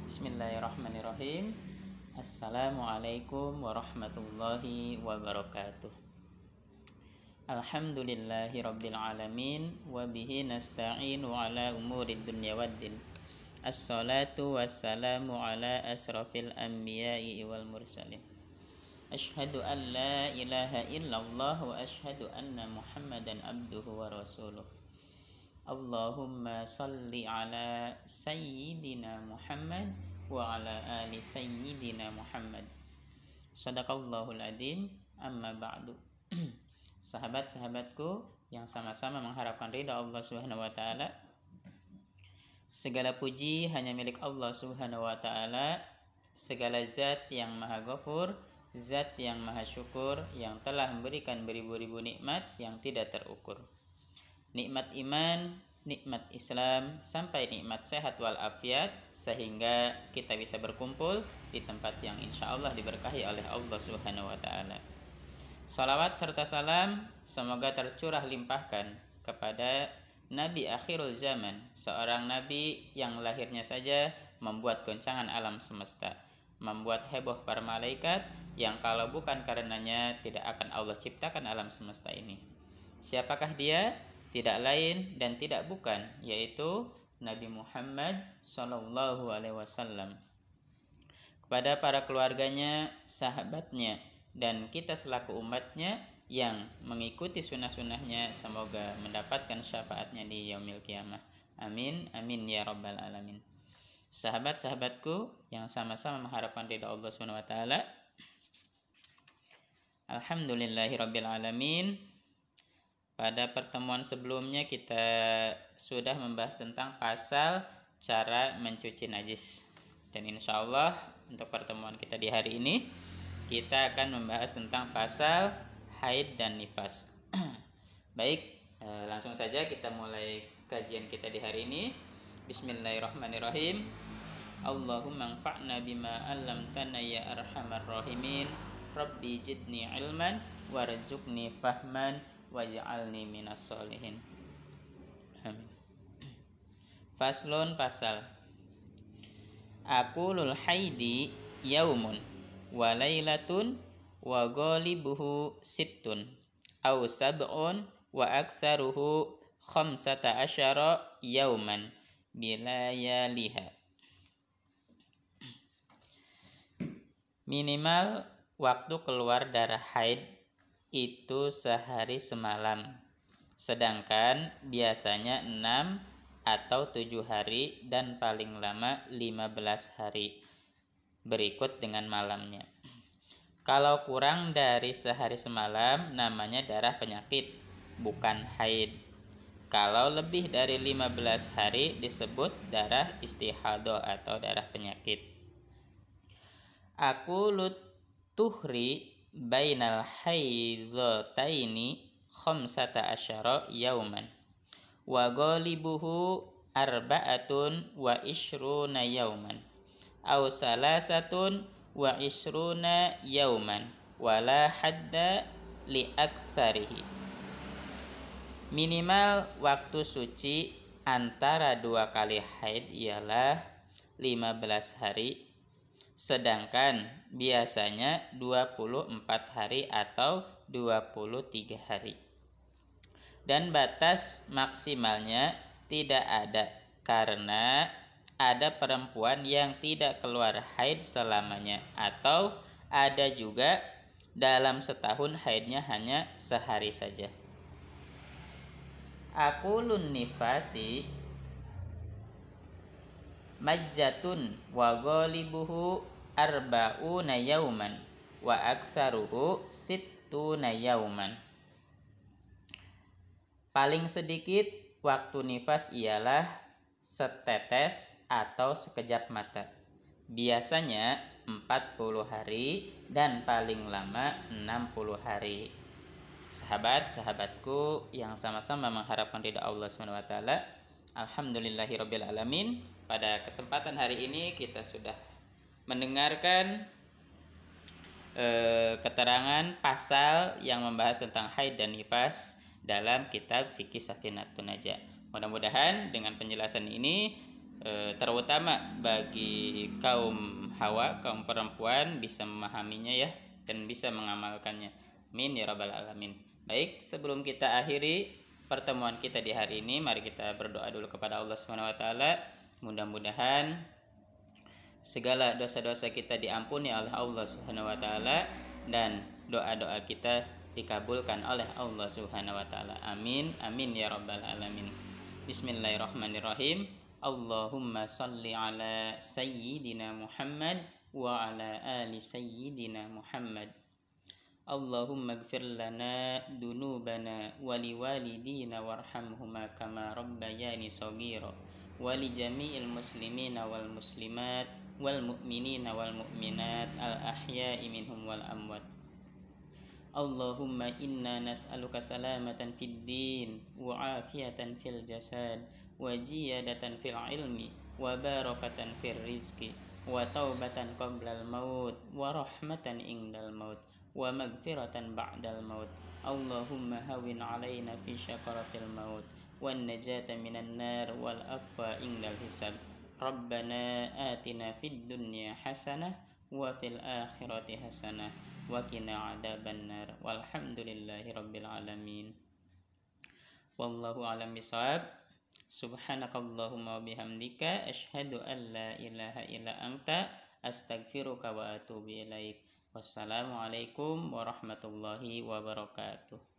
Bismillahirrahmanirrahim. Assalamualaikum warahmatullahi wabarakatuh. Alhamdulillahi rabbil alamin. Wa bihi nasta'inu ala umurid dunya waddin. Assalatu wassalamu ala asrafil anbiya'i wal mursalin. Ashhadu an la ilaha illallah wa ashhadu anna muhammadan abduhu wa rasuluh. Allahumma salli ala sayyidina Muhammad wa ala ali sayyidina Muhammad. Shadaqallahul adzim. Amma ba'du. Sahabat-sahabatku yang sama-sama mengharapkan ridha Allah Subhanahu wa taala. Segala puji hanya milik Allah Subhanahu wa taala. Segala zat yang Maha Ghafur, zat yang Maha Syukur, yang telah memberikan beribu-ribu nikmat yang tidak terukur. Nikmat iman, nikmat Islam, sampai nikmat sehat walafiat, sehingga kita bisa berkumpul di tempat yang insya Allah diberkahi oleh Allah Subhanahu wa ta'ala. Salawat serta salam semoga tercurah limpahkan kepada Nabi akhirul zaman, seorang nabi yang lahirnya saja membuat goncangan alam semesta, membuat heboh para malaikat, yang kalau bukan karenanya tidak akan Allah ciptakan alam semesta ini. Siapakah dia? Tidak lain dan tidak bukan, yaitu Nabi Muhammad Sallallahu Alaihi Wasallam. Kepada para keluarganya, sahabatnya, dan kita selaku umatnya yang mengikuti sunnah-sunnahnya, semoga mendapatkan syafaatnya di yaumil qiyamah. Amin, amin ya rabbal alamin. Sahabat-sahabatku yang sama-sama mengharapkan ridha Allah Subhanahu wa taala. Alhamdulillahi rabbil alamin. Pada pertemuan sebelumnya kita sudah membahas tentang pasal cara mencuci najis. Dan insya Allah untuk pertemuan kita di hari ini kita akan membahas tentang pasal haid dan nifas. Baik, langsung saja kita mulai kajian kita di hari ini. Bismillahirrahmanirrahim. Allahumma anfa'na bima 'allamtana ya arhamar rahimin. Rabbi zidni ilman warzuqni fahman waj'alni minas sholihin. Amin. Faslun pasal. Aqulul haidi yaumun wa lailatun wa ghalibuhu sittun aw sab'un wa aksaruhu khamsata asyara yauman bilayaliha. Minimal waktu keluar darah haid itu sehari semalam, sedangkan biasanya 6 atau 7 hari dan paling lama 15 hari berikut dengan malamnya. Kalau kurang dari sehari semalam namanya darah penyakit, bukan haid. Kalau lebih dari 15 hari disebut darah istihadah atau darah penyakit. Aqulut tuhri bainal haidhataini khamsata asyara yauman wa ghalibuhu arba'atun wa ishruna yauman aw salasatun wa ishruna yauman wala hadda li aktsarihi. Minimal waktu suci antara 2 kali haid ialah 15 hari, sedangkan biasanya 24 hari atau 23 hari. Dan batas maksimalnya tidak ada, karena ada perempuan yang tidak keluar haid selamanya, atau ada juga dalam setahun haidnya hanya sehari saja. Aqulun nifasi majjatun wa ghalibuhu arba'una yauman wa aksaruhu sittuna yauman. Paling sedikit waktu nifas ialah setetes atau sekejap mata. Biasanya 40 hari dan paling lama 60 hari. Sahabat-sahabatku yang sama-sama mengharapkan ridha Allah Subhanahu wa taala. Alhamdulillahirabbil alamin. Pada kesempatan hari ini kita sudah mendengarkan keterangan pasal yang membahas tentang haid dan nifas dalam kitab Fikih Safinatun Najah. Mudah-mudahan dengan penjelasan ini terutama bagi kaum hawa, kaum perempuan bisa memahaminya ya dan bisa mengamalkannya. Amin ya rabbal alamin. Baik, sebelum kita akhiri pertemuan kita di hari ini, mari kita berdoa dulu kepada Allah Subhanahu wa taala. Mudah-mudahan segala dosa-dosa kita diampuni oleh Allah Subhanahu wa taala dan doa-doa kita dikabulkan oleh Allah Subhanahu wa taala. Amin. Amin ya rabbal alamin. Bismillahirrahmanirrahim. Allahumma salli ala sayyidina Muhammad wa ala ali sayyidina Muhammad. Allahumma ighfir lana dunubana wa liwalidina warhamhuma kama rabbayani shaghira wa li jami'il muslimina wal muslimat wal mu'minina wal mu'minat al ahya'i minhum wal amwat. Allahumma inna nas'aluka salamatan fid din wa afiyatan fil jasad wa jiyadatan fil ilmi wa barakatan fil rizqi wa taubatan qablal maut wa rahmatan indal maut wa magfiratan ba'dal maut. Allahumma hawin alaina fi syakaratil maut wan najata minan nar wal afwa indal hisab. Rabbana atina fid dunya hasanah wa fil akhirati hasanah wa qina adzaban nar. Walhamdulillahi rabbil alamin. Wallahu a'lam bishawab. Subhanakallahumma wa bihamdika asyhadu an la ilaha illa anta astaghfiruka wa atubu ilaik. Wassalamualaikum warahmatullahi wabarakatuh.